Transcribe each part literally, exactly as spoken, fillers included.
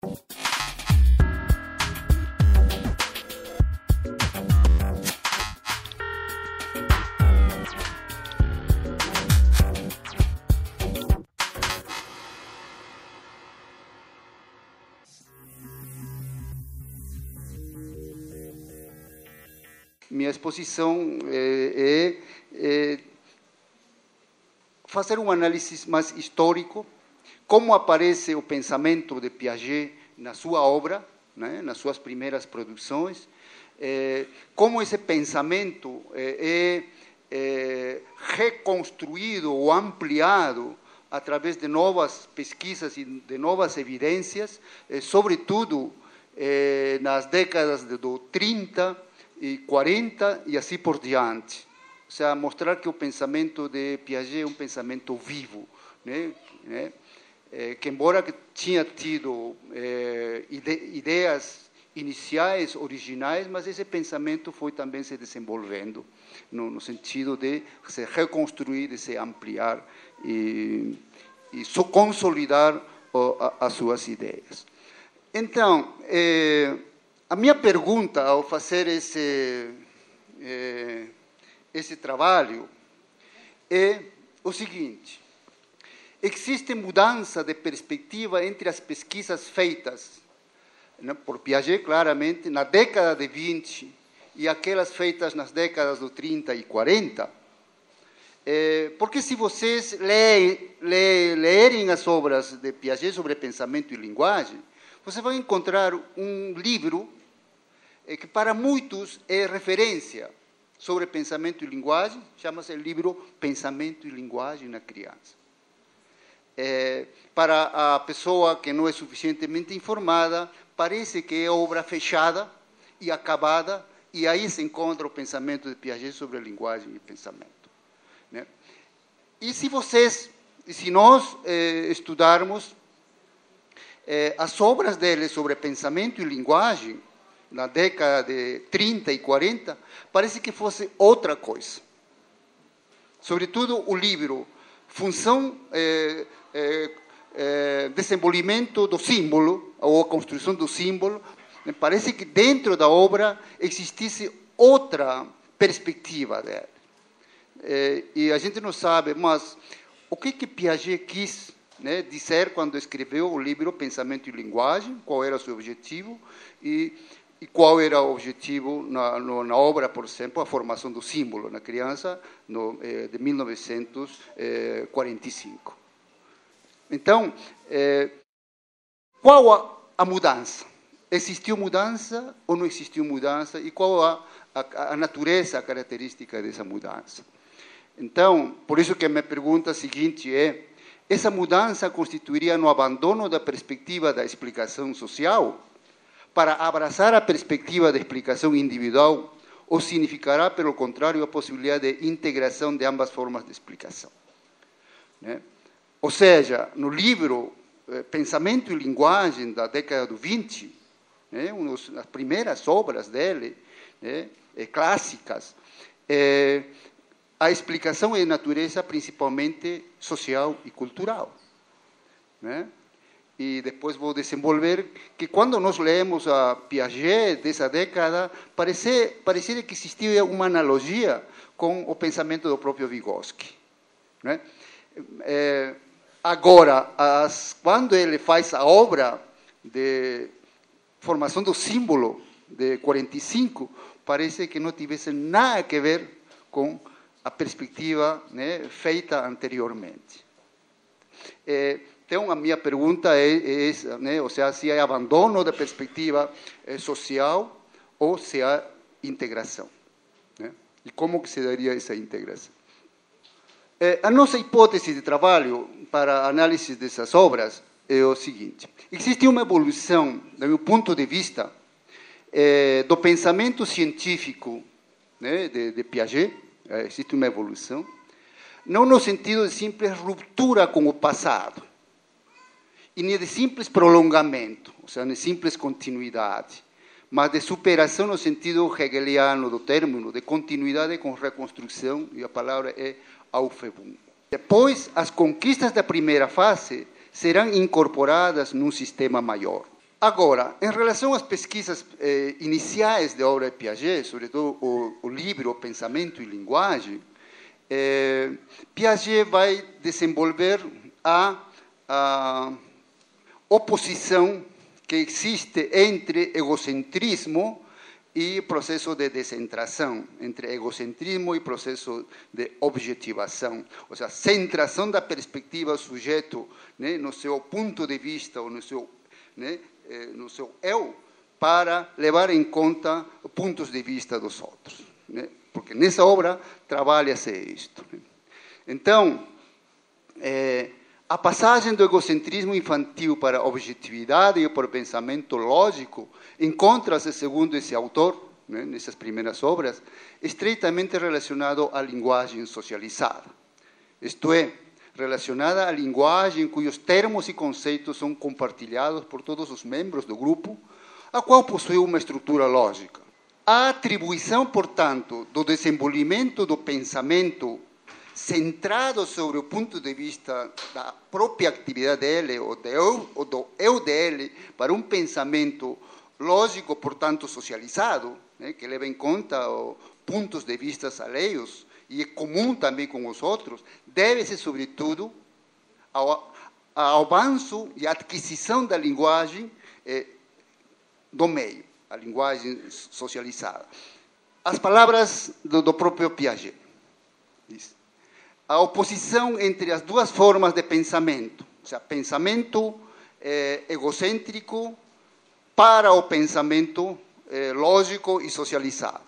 Minha exposição é, é, é fazer um análise mais histórico, como aparece o pensamento de Piaget na sua obra, né, nas suas primeiras produções, é, como esse pensamento é, é reconstruído ou ampliado através de novas pesquisas e de novas evidências, é, sobretudo é, nas décadas de trinta e quarenta e assim por diante. Ou seja, mostrar que o pensamento de Piaget é um pensamento vivo, né? né? É, que embora que tinha tido é, ide ideias iniciais, originais, mas esse pensamento foi também se desenvolvendo no, no sentido de se reconstruir, de se ampliar e, e so, consolidar o, a, as suas ideias. Então, é, a minha pergunta ao fazer esse, é, esse trabalho é o seguinte: existe mudança de perspectiva entre as pesquisas feitas, né, por Piaget, claramente, na década de vinte e aquelas feitas nas décadas do trinta e quarenta? É, porque se vocês leem, le, lerem as obras de Piaget sobre pensamento e linguagem, você vai encontrar um livro é, que para muitos é referência sobre pensamento e linguagem, chama-se o livro Pensamento e Linguagem na Criança. É, para a pessoa que não é suficientemente informada, parece que é obra fechada e acabada, e aí se encontra o pensamento de Piaget sobre a linguagem e pensamento. Né? E se vocês, se nós eh, estudarmos eh, as obras dele sobre pensamento e linguagem, na década de trinta e quarenta, parece que fosse outra coisa. Sobretudo o livro Função, eh, eh, eh, Desenvolvimento do Símbolo, ou a Construção do Símbolo, parece que dentro da obra existisse outra perspectiva dela. Eh, e a gente não sabe, mas o que que Piaget quis, né, dizer quando escreveu o livro Pensamento e Linguagem, qual era o seu objetivo, e, e qual era o objetivo na, no, na obra, por exemplo, a formação do símbolo na criança, no, eh, de mil novecentos e quarenta e cinco. Então, eh, qual a, a mudança? Existiu mudança ou não existiu mudança? E qual a, a, a natureza, a característica dessa mudança? Então, por isso que a minha pergunta seguinte é: essa mudança constituiria no abandono da perspectiva da explicação social para abraçar a perspectiva da explicação individual, ou significará, pelo contrário, a possibilidade de integração de ambas formas de explicação? Né? Ou seja, no livro eh, Pensamento e Linguagem, da década do vinte, né, uma das primeiras obras dele, né, eh, clássicas, eh, a explicação é de natureza principalmente social e cultural. Né? E depois vou desenvolver que quando nós lemos a Piaget dessa década, parece, parecia que existia uma analogia com o pensamento do próprio Vygotsky. Né? É, agora, as, quando ele faz a obra de formação do símbolo de quarenta e cinco, parece que não tivesse nada a ver com a perspectiva, né, feita anteriormente. É, então, a minha pergunta é, é essa, né, ou seja, se há abandono da perspectiva é, social ou se há integração. Né? E como que se daria essa integração? É, a nossa hipótese de trabalho para a análise dessas obras é o seguinte: existe uma evolução, do meu ponto de vista, é, do pensamento científico, né, de, de Piaget. É, existe uma evolução, não no sentido de simples ruptura com o passado, e nem de simples prolongamento, ou seja, de simples continuidade, mas de superação no sentido hegeliano do término, de continuidade com reconstrução, e a palavra é Aufhebung. Depois, as conquistas da primeira fase serão incorporadas num sistema maior. Agora, em relação às pesquisas eh, iniciais da obra de Piaget, sobretudo o, o livro Pensamento e Linguagem, eh, Piaget vai desenvolver a, a oposição que existe entre egocentrismo e processo de descentração, entre egocentrismo e processo de objetivação, ou seja, centração da perspectiva do sujeito, né, no seu ponto de vista ou no seu, né, no seu eu, para levar em conta pontos de vista dos outros, né? Porque nessa obra trabalha-se isto, né? Então, é, a passagem do egocentrismo infantil para a objetividade e para o pensamento lógico encontra-se, segundo esse autor, né, nessas primeiras obras, estreitamente relacionado à linguagem socializada. Isto é, relacionada à linguagem cujos termos e conceitos são compartilhados por todos os membros do grupo, a qual possui uma estrutura lógica. A atribuição, portanto, do desenvolvimento do pensamento centrado sobre o ponto de vista da própria atividade dele, ou do eu, ou do eu dele, para um pensamento lógico, portanto, socializado, né, que leva em conta os pontos de vista alheios e é comum também com os outros, deve-se, sobretudo, ao, ao avanço e à adquisição da linguagem eh, do meio, a linguagem socializada. As palavras do, do próprio Piaget. Diz. A oposição entre as duas formas de pensamento, ou seja, pensamento eh, egocêntrico para o pensamento eh, lógico e socializado.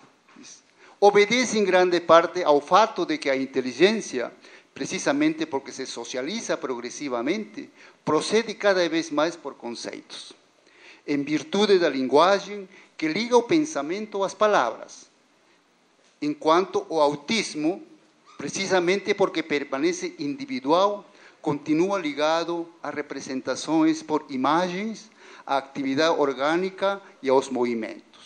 Obedece em grande parte ao fato de que a inteligência, precisamente porque se socializa progressivamente, procede cada vez mais por conceitos, em virtude da linguagem que liga o pensamento às palavras, enquanto o autismo, precisamente porque permanece individual, continua ligado a representações por imagens, à atividade orgânica e aos movimentos.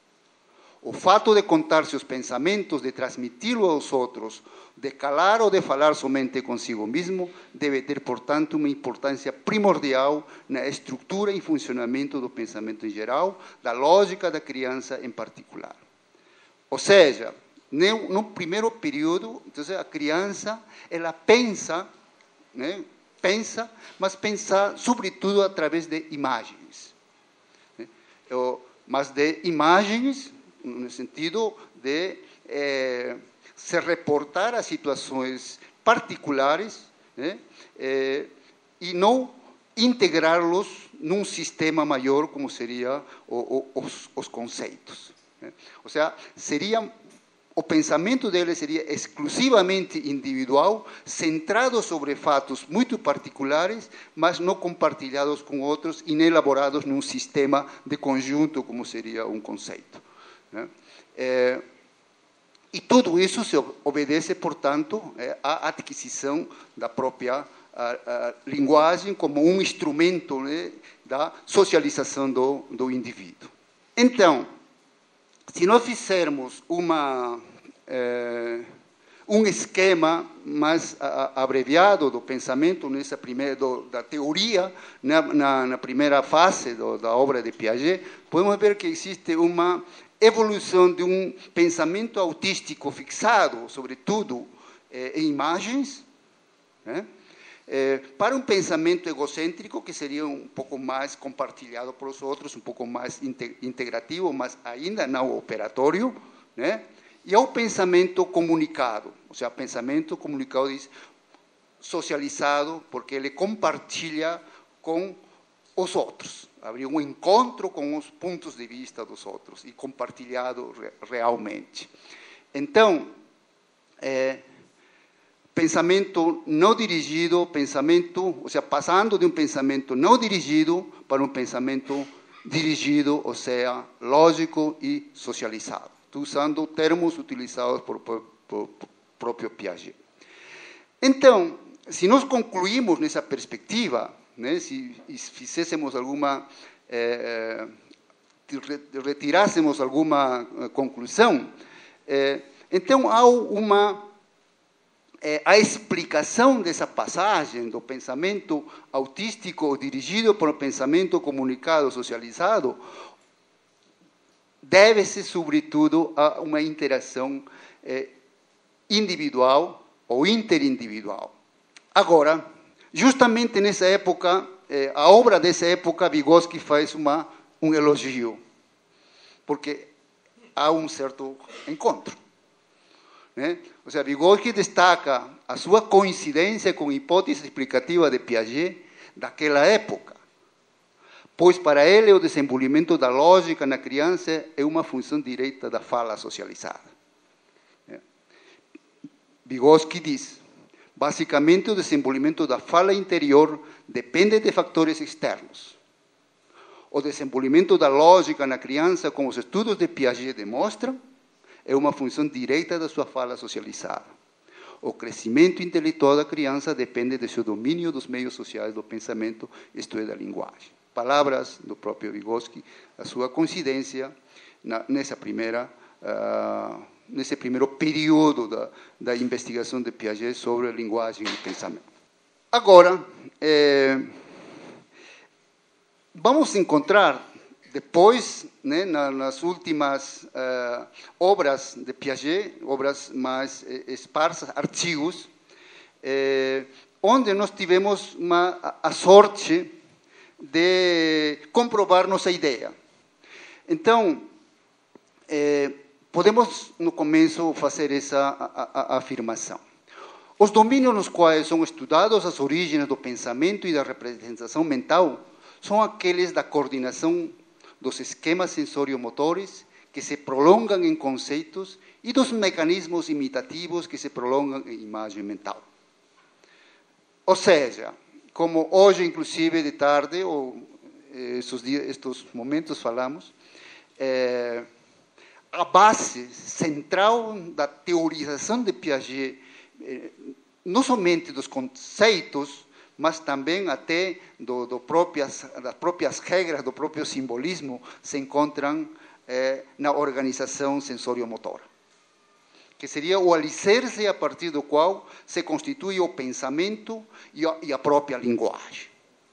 O fato de contar seus pensamentos, de transmiti-los aos outros, de calar ou de falar somente consigo mesmo, deve ter, portanto, uma importância primordial na estrutura e funcionamento do pensamento em geral, da lógica da criança em particular. Ou seja, no primeiro período, então, a criança, ela pensa, né, pensa, mas pensa sobretudo através de imagens. Né? Mas de imagens no sentido de eh, se reportar a situações particulares, né, eh, e não integrá-los num sistema maior, como seriam os, os conceitos. Né? Ou seja, seria, o pensamento dele seria exclusivamente individual, centrado sobre fatos muito particulares, mas não compartilhados com outros e nem elaborados num sistema de conjunto, como seria um conceito. Né? É, e tudo isso se obedece, portanto, é, à adquisição da própria a, a linguagem como um instrumento, né, da socialização do, do indivíduo. Então, se nós fizermos uma, é, um esquema mais a, abreviado do pensamento, nessa primeira, do, da teoria, na, na, na primeira fase do, da obra de Piaget, podemos ver que existe uma evolução de um pensamento autístico fixado, sobretudo, eh, em imagens, né? eh, para um pensamento egocêntrico, que seria um pouco mais compartilhado por os outros, um pouco mais integrativo, mas ainda não operatório, né? E ao pensamento comunicado, ou seja, pensamento comunicado diz, socializado, porque ele compartilha com os outros. Abrir um encontro com os pontos de vista dos outros e compartilhado realmente. Então, é, pensamento não dirigido, pensamento, ou seja, passando de um pensamento não dirigido para um pensamento dirigido, ou seja, lógico e socializado. Estou usando termos utilizados por, por, por, por próprio Piaget. Então, se nós concluímos nessa perspectiva, né, se fizéssemos alguma, eh, retirássemos alguma conclusão, eh, então há uma é, a explicação dessa passagem do pensamento autístico dirigido para o pensamento comunicado, socializado, deve-se, sobretudo, a uma interação é, individual ou interindividual. Agora, justamente nessa época, é, a obra dessa época, Vygotsky faz uma, um elogio, porque há um certo encontro. Né? Ou seja, Vygotsky destaca a sua coincidência com a hipótese explicativa de Piaget daquela época, pois para ele o desenvolvimento da lógica na criança é uma função direta da fala socializada. Vygotsky diz, basicamente o desenvolvimento da fala interior depende de fatores externos. O desenvolvimento da lógica na criança, como os estudos de Piaget demonstram, é uma função direta da sua fala socializada. O crescimento intelectual da criança depende de seu domínio dos meios sociais do pensamento, isto é, da linguagem. Palavras do próprio Vygotsky, a sua coincidência na, nessa primeira, uh, nesse primeiro período da, da investigação de Piaget sobre a linguagem e o pensamento. Agora, eh, vamos encontrar depois, né, nas últimas uh, obras de Piaget, obras mais eh, esparsas, artigos, eh, onde nós tivemos uma, a, a sorte de comprovar nossa ideia. Então, eh, podemos, no começo, fazer essa a, a, a afirmação. Os domínios nos quais são estudados as origens do pensamento e da representação mental são aqueles da coordenação dos esquemas sensorio-motores que se prolongam em conceitos e dos mecanismos imitativos que se prolongam em imagem mental. Ou seja, como hoje, inclusive, de tarde, ou estes, dias, estes momentos falamos, é, a base central da teorização de Piaget, é, não somente dos conceitos, mas também até do, do próprias, das próprias regras, do próprio simbolismo, se encontram é, na organização sensorio-motora, que seria o alicerce a partir do qual se constitui o pensamento e a, e a própria linguagem.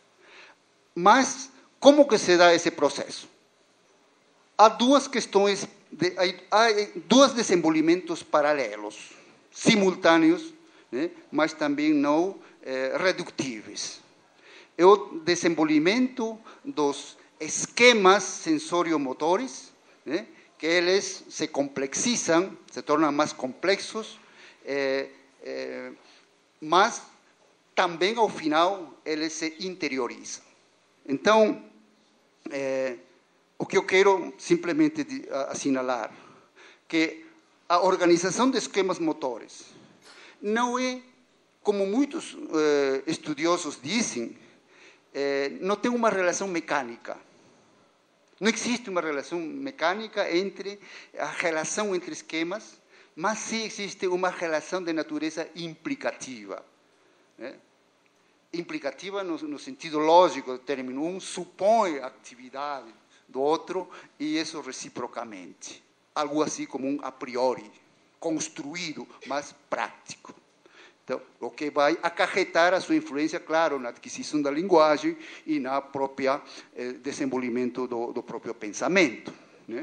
Mas como que se dá esse processo? Há duas questões, de, há, há dois desenvolvimentos paralelos, simultâneos, né, mas também não eh, redutíveis. É o desenvolvimento dos esquemas sensorio-motores, né, que eles se complexizam, se tornam mais complexos, eh, eh, mas também, ao final, eles se interiorizam. Então, eh, o que eu quero simplesmente assinalar, que a organização de esquemas motores não é, como muitos eh, estudiosos dizem, eh, não tem uma relação mecânica. Não existe uma relação mecânica entre a relação entre esquemas, mas sim existe uma relação de natureza implicativa. Né? Implicativa no, no sentido lógico do término. Um supõe a atividade do outro e isso reciprocamente. Algo assim como um a priori, construído, mas prático. Então, o que vai acarretar a sua influência, claro, na aquisição da linguagem e na própria eh, desenvolvimento do, do próprio pensamento. Né?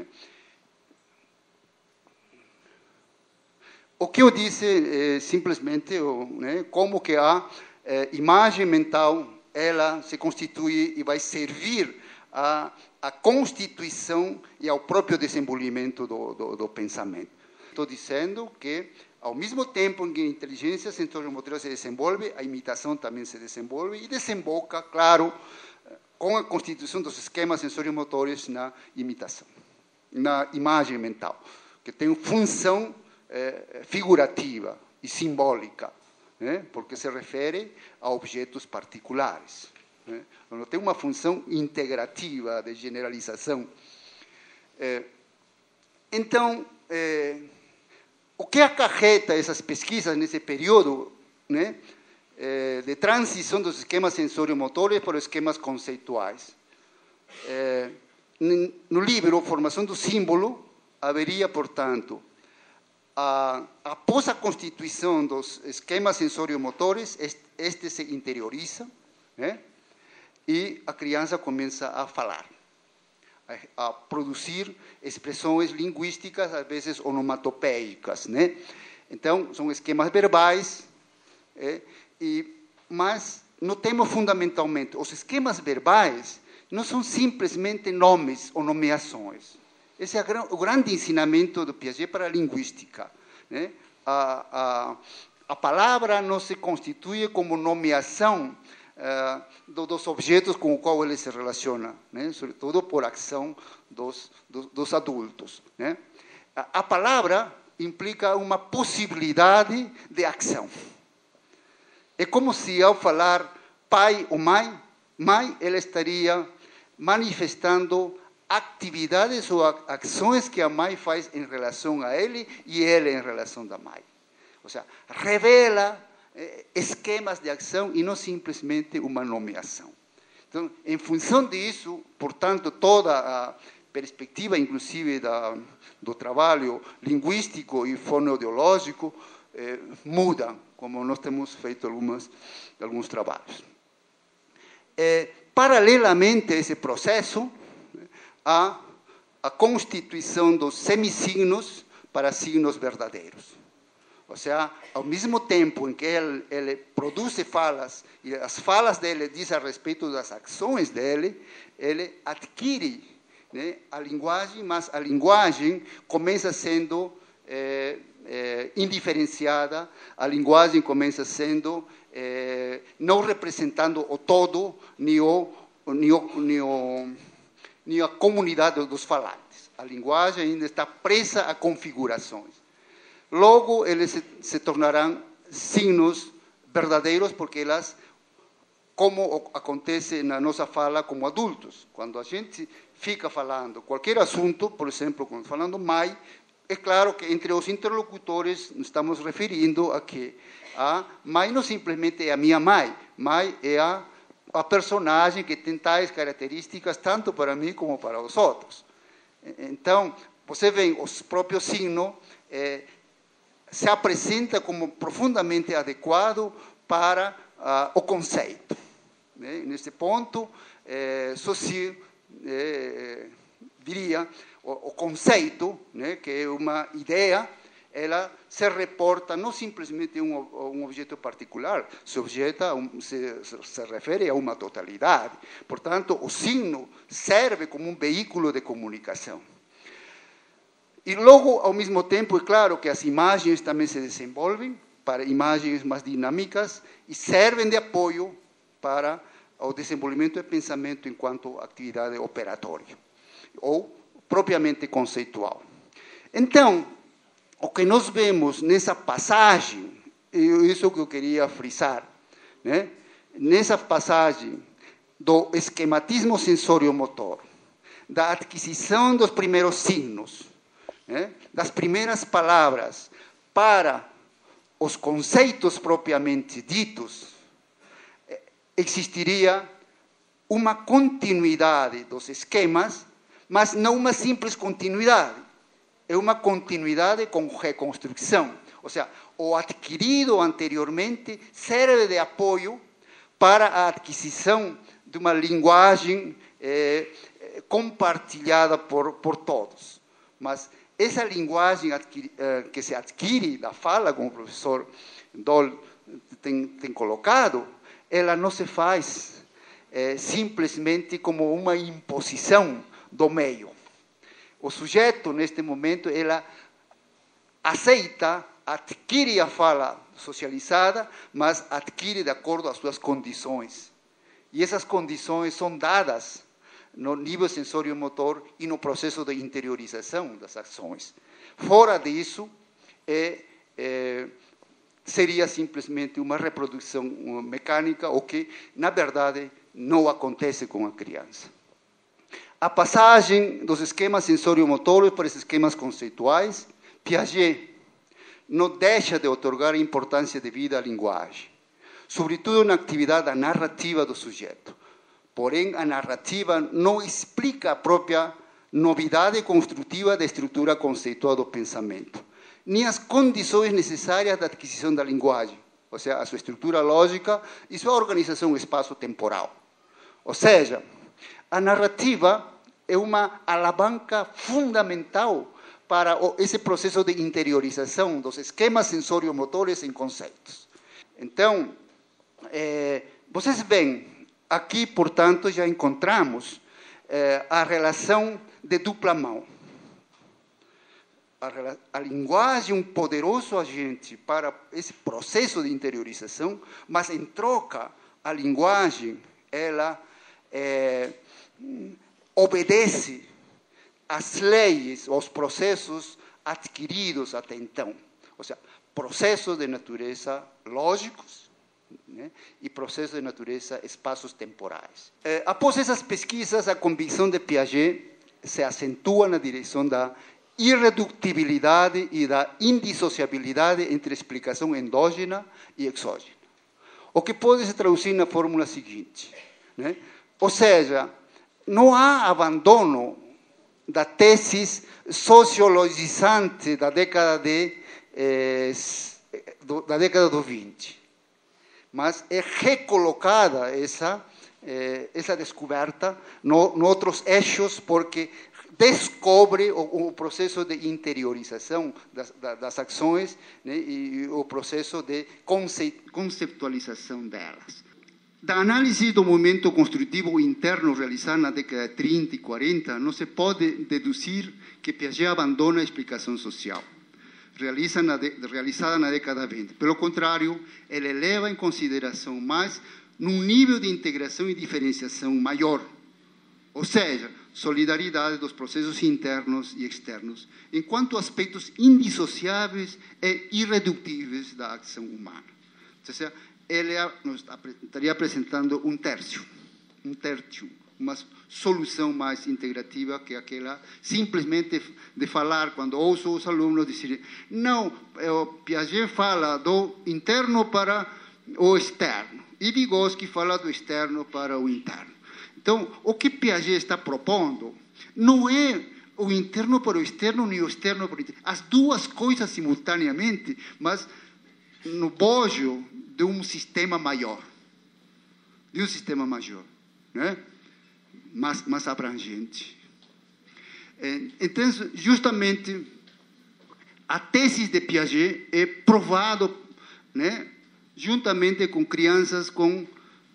O que eu disse é simplesmente né, como que a eh, imagem mental ela se constitui e vai servir a, a constituição e ao próprio desenvolvimento do, do, do pensamento. Estou dizendo que, ao mesmo tempo em que a inteligência sensorial-motora se desenvolve, a imitação também se desenvolve e desemboca, claro, com a constituição dos esquemas sensorial-motores na imitação, na imagem mental, que tem função eh, figurativa e simbólica, né, porque se refere a objetos particulares. Né, não tem uma função integrativa de generalização. Eh, então, eh, o que acarreta essas pesquisas nesse período, né, eh, de transição dos esquemas sensório-motores para os esquemas conceituais? Eh, no livro Formação do Símbolo, haveria, portanto, a, após a constituição dos esquemas sensoriomotores, este se interioriza, né? E a criança começa a falar, a, a produzir expressões linguísticas, às vezes onomatopeicas, né? Então, são esquemas verbais, é, e, mas notemos fundamentalmente, os esquemas verbais não são simplesmente nomes ou nomeações. Esse é o grande ensinamento do Piaget para a linguística, né? A, a, a palavra não se constitui como nomeação uh, do, dos objetos com os quais ele se relaciona, né? Sobretudo por ação dos, dos, dos adultos, né? A, a palavra implica uma possibilidade de ação. É como se, ao falar pai ou mãe, mãe, ele estaria manifestando atividades ou ações que a mãe faz em relação a ele e ele em relação da mãe. Ou seja, revela eh, esquemas de ação e não simplesmente uma nomeação. Então, em função disso, portanto, toda a perspectiva, inclusive, da, do trabalho linguístico e fonoaudiológico eh, muda, como nós temos feito algumas, alguns trabalhos. Eh, paralelamente a esse processo, há a constituição dos semisignos para signos verdadeiros. Ou seja, ao mesmo tempo em que ele, ele produz falas, e as falas dele dizem a respeito das ações dele, ele adquire, né, a linguagem, mas a linguagem começa sendo é, é, indiferenciada, a linguagem começa sendo é, não representando o todo, nem, o, nem, o, nem, o, nem a comunidade dos falantes. A linguagem ainda está presa a configurações. Logo, eles se, se tornarão signos verdadeiros, porque elas, como acontece na nossa fala como adultos, quando a gente fica falando qualquer assunto, por exemplo, quando falando mãe, é claro que entre os interlocutores nos estamos referindo a que a mãe não simplesmente é a minha mãe, mãe é a, a personagem que tem tais características tanto para mim como para os outros. Então, você vê os próprios signos, é, se apresenta como profundamente adequado para uh, o conceito. Né? Nesse ponto, eh, Saussure eh, diria o, o conceito, né, que é uma ideia, ela se reporta não simplesmente a um, a um objeto particular, se, objeta, um, se, se refere a uma totalidade. Portanto, o signo serve como um veículo de comunicação. E logo, ao mesmo tempo, é claro que as imagens também se desenvolvem para imagens mais dinâmicas e servem de apoio para o desenvolvimento do pensamento enquanto atividade operatória, ou propriamente conceitual. Então, o que nós vemos nessa passagem, e isso que eu queria frisar, né? Nessa passagem do esquematismo sensório-motor, da adquisição dos primeiros signos, né, das primeiras palavras para os conceitos propriamente ditos, existiria uma continuidade dos esquemas, mas não uma simples continuidade, é uma continuidade com reconstrução. Ou seja, o adquirido anteriormente serve de apoio para a adquisição de uma linguagem eh, compartilhada por, por todos. Mas essa linguagem adquiri, eh, que se adquire da fala, como o professor Doll tem, tem colocado, ela não se faz eh, simplesmente como uma imposição do meio. O sujeito, neste momento, ela aceita, adquire a fala socializada, mas adquire de acordo às suas condições. E essas condições são dadas no nível sensório-motor e no processo de interiorização das ações. Fora disso, é, é, seria simplesmente uma reprodução mecânica, o que, na verdade, não acontece com a criança. A passagem dos esquemas sensório-motores para os esquemas conceituais, Piaget não deixa de otorgar importância devida à linguagem, sobretudo na atividade narrativa do sujeito. Porém, a narrativa não explica a própria novidade construtiva da estrutura conceitual do pensamento. nem as condições necessárias da aquisição da linguagem, ou seja, a sua estrutura lógica e sua organização espaço-temporal. Ou seja, a narrativa é uma alavanca fundamental para esse processo de interiorização dos esquemas sensório-motores em conceitos. Então, é, vocês veem, aqui, portanto, já encontramos é, a relação de dupla mão. A, a linguagem é um poderoso agente para esse processo de interiorização, mas, em troca, a linguagem, ela é, obedece às leis, aos processos adquiridos até então. Ou seja, processos de natureza lógicos, né, e processos de natureza espaços temporais. Eh, após essas pesquisas, a convicção de Piaget se acentua na direção da irreductibilidade e da indissociabilidade entre explicação endógena e exógena. O que pode se traduzir na fórmula seguinte, né? Ou seja, não há abandono da tese sociologizante da década de eh, do, da década do vinte, mas é recolocada essa eh, essa descoberta no, no outros eixos, porque descobre o, o processo de interiorização das, das ações, né, e o processo de conceptualização delas. Da análise do movimento construtivo interno realizado na década de trinta e quarenta, não se pode deduzir que Piaget abandona a explicação social, realiza na de, realizada na década de vinte. Pelo contrário, ele leva em consideração mais num nível de integração e diferenciação maior, ou seja, solidariedade dos processos internos e externos, enquanto aspectos indissociáveis e irredutíveis da ação humana. Ou seja, ele nos estaria apresentando um terço, um terço, uma solução mais integrativa que aquela simplesmente de falar, quando ouço os alunos dizerem, não, o Piaget fala do interno para o externo, e Vygotsky fala do externo para o interno. Então, o que Piaget está propondo não é o interno para o externo, nem o externo para o interno, as duas coisas simultaneamente, mas no bojo de um sistema maior, de um sistema maior, né? mais, mais abrangente. Então, justamente, a tese de Piaget é provado, né, juntamente com crianças com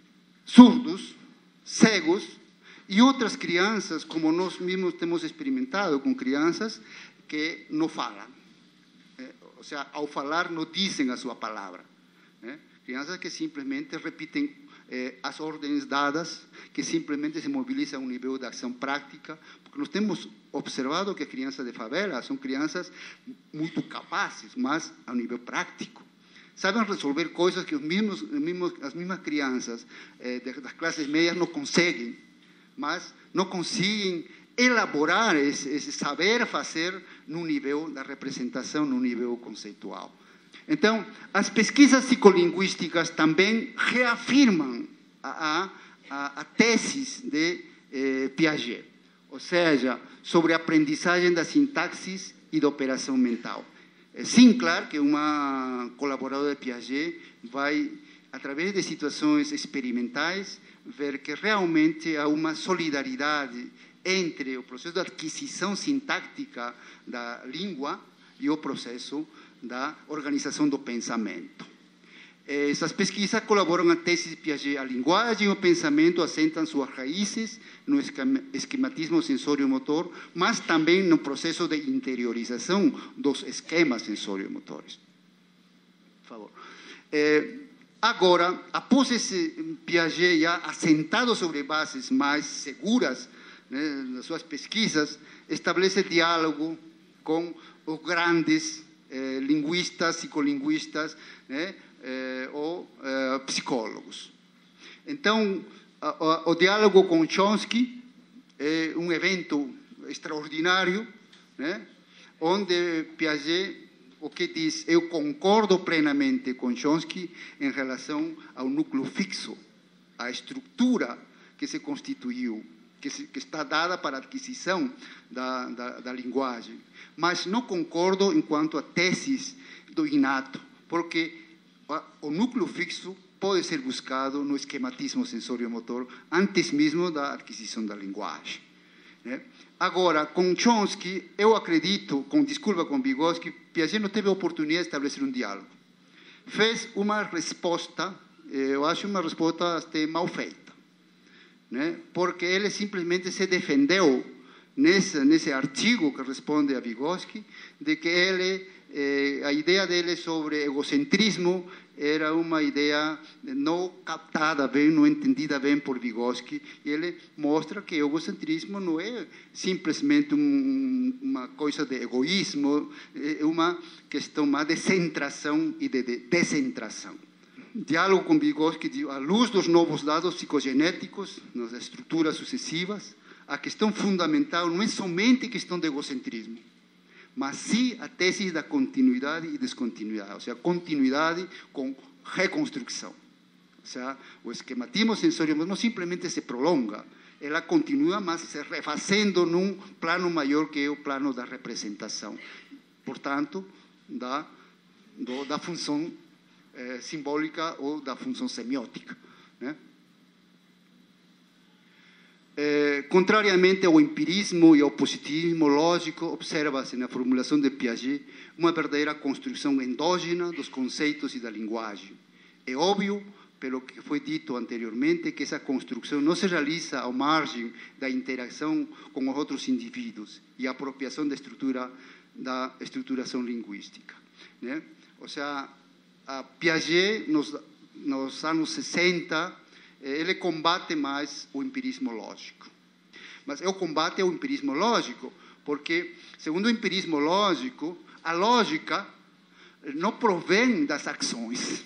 surdos, cegos, e outras crianças, como nós mesmos temos experimentado com crianças que não falam. Ou seja, ao falar, não dizem a sua palavra. Né? Crianças que simplesmente repetem eh, as ordens dadas, que simplesmente se mobilizam a um nível de ação prática, porque nós temos observado que as crianças de favela são crianças muito capazes, mas a um nível prático. Sabem resolver coisas que os mesmos, os mesmos, as mesmas crianças eh, das classes médias não conseguem, mas não conseguem elaborar esse, esse saber fazer no nível da representação, no nível conceitual. Então, as pesquisas psicolinguísticas também reafirmam a, a, a tese de eh, Piaget, ou seja, sobre a aprendizagem da sintaxe e da operação mental. Sinclair, que é uma colaboradora de Piaget, vai, através de situações experimentais, ver que realmente há uma solidariedade entre o processo de aquisição sintática da língua e o processo da organização do pensamento. Essas pesquisas colaboram na tese de Piaget. A linguagem e o pensamento assentam suas raízes no esquematismo sensório-motor, mas também no processo de interiorização dos esquemas sensório-motores. Por favor. É, agora, após esse Piaget já assentado sobre bases mais seguras, né, nas suas pesquisas, estabelece diálogo com os grandes eh, linguistas, psicolinguistas, né, eh, ou eh, psicólogos. Então, a, a, o diálogo com Chomsky é um evento extraordinário, né, onde Piaget, o que diz, eu concordo plenamente com Chomsky em relação ao núcleo fixo, à estrutura que se constituiu que, se, que está dada para a aquisição da, da, da linguagem. Mas não concordo enquanto a tesis do innato, porque o núcleo fixo pode ser buscado no esquematismo sensório-motor antes mesmo da aquisição da linguagem. Né? Agora, com Chomsky, eu acredito, com desculpa com Vygotsky, Piaget não teve a oportunidade de estabelecer um diálogo. Fez uma resposta, eu acho uma resposta até mal feita, né? Porque ele simplesmente se defendeu nesse, nesse artigo que responde a Vygotsky, de que ele, eh, a ideia dele sobre egocentrismo era uma ideia não captada bem, não entendida bem por Vygotsky, e ele mostra que o egocentrismo não é simplesmente um, uma coisa de egoísmo, é uma questão mais de centração e de, de descentração. Diálogo com Vygotsky, à luz dos novos dados psicogenéticos, nas estruturas sucessivas, a questão fundamental não é somente a questão do egocentrismo, mas sim a tese da continuidade e descontinuidade, ou seja, continuidade com reconstrução. Ou seja, o esquematismo sensório não simplesmente se prolonga, ela continua, mas se refazendo num plano maior que é o plano da representação. Portanto, da, do, da função eh, simbólica ou da função semiótica, né? Eh, contrariamente ao empirismo e ao positivismo lógico, observa-se na formulação de Piaget uma verdadeira construção endógena dos conceitos e da linguagem. É óbvio, pelo que foi dito anteriormente, que essa construção não se realiza à margem da interação com os outros indivíduos e a apropriação da estrutura da estruturação linguística, né? Ou seja, a Piaget nos, nos anos sessenta ele combate mais o empirismo lógico. Mas eu combate o empirismo lógico porque, segundo o empirismo lógico, a lógica não provém das ações.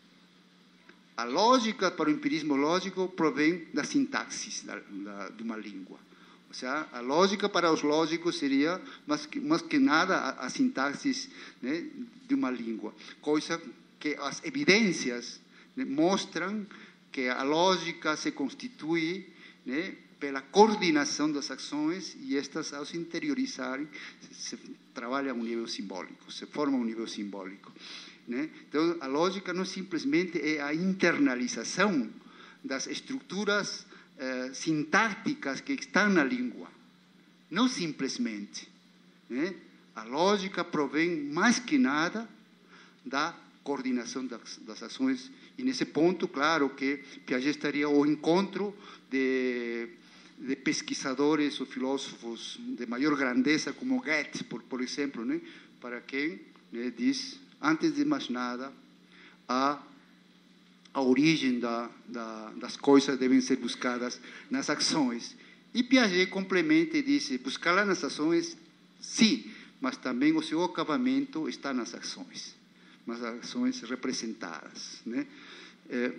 A lógica para o empirismo lógico provém da sintaxe da, da, de uma língua. Ou seja, a lógica para os lógicos seria, mais que, mais que nada, a, a sintaxe, né, de uma língua. Coisa que as evidências, né, mostram que a lógica se constitui, né, pela coordenação das ações e estas, ao se interiorizarem, se, se trabalham a um nível simbólico, se formam a um nível simbólico, né? Então, a lógica não simplesmente é a internalização das estruturas eh, sintáticas que estão na língua. Não simplesmente, né? A lógica provém, mais que nada, da coordenação das, das ações. E nesse ponto, claro que Piaget estaria ao encontro de, de pesquisadores ou filósofos de maior grandeza, como Goethe, por, por exemplo, né? Para quem, né, diz, antes de mais nada, a, a origem da, da, das coisas devem ser buscadas nas ações. E Piaget complementa e diz, buscar nas ações, sim, mas também o seu acabamento está nas ações. Mas ações representadas, né? É,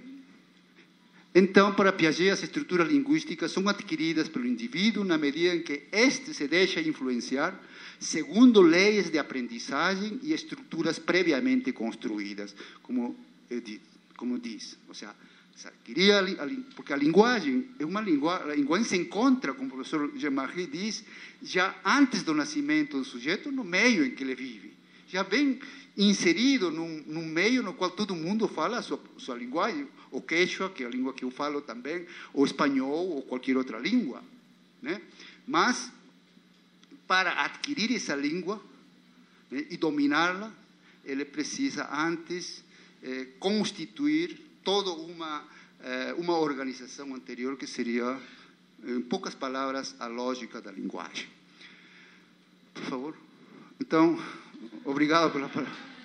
então, para Piaget, as estruturas linguísticas são adquiridas pelo indivíduo na medida em que este se deixa influenciar segundo leis de aprendizagem e estruturas previamente construídas, como, como diz. Ou seja, se adquirir a, a, porque a linguagem é uma linguagem, a linguagem se encontra, como o professor Jean-Marie diz, já antes do nascimento do sujeito, no meio em que ele vive. Já vem inserido num, num meio no qual todo mundo fala a sua, sua linguagem, o quechua, que é a língua que eu falo também, o espanhol ou qualquer outra língua, né? Mas, para adquirir essa língua, né, e dominá-la, ele precisa antes eh, constituir toda uma, eh, uma organização anterior que seria, em poucas palavras, a lógica da linguagem. Por favor. Então, obrigado pela palavra.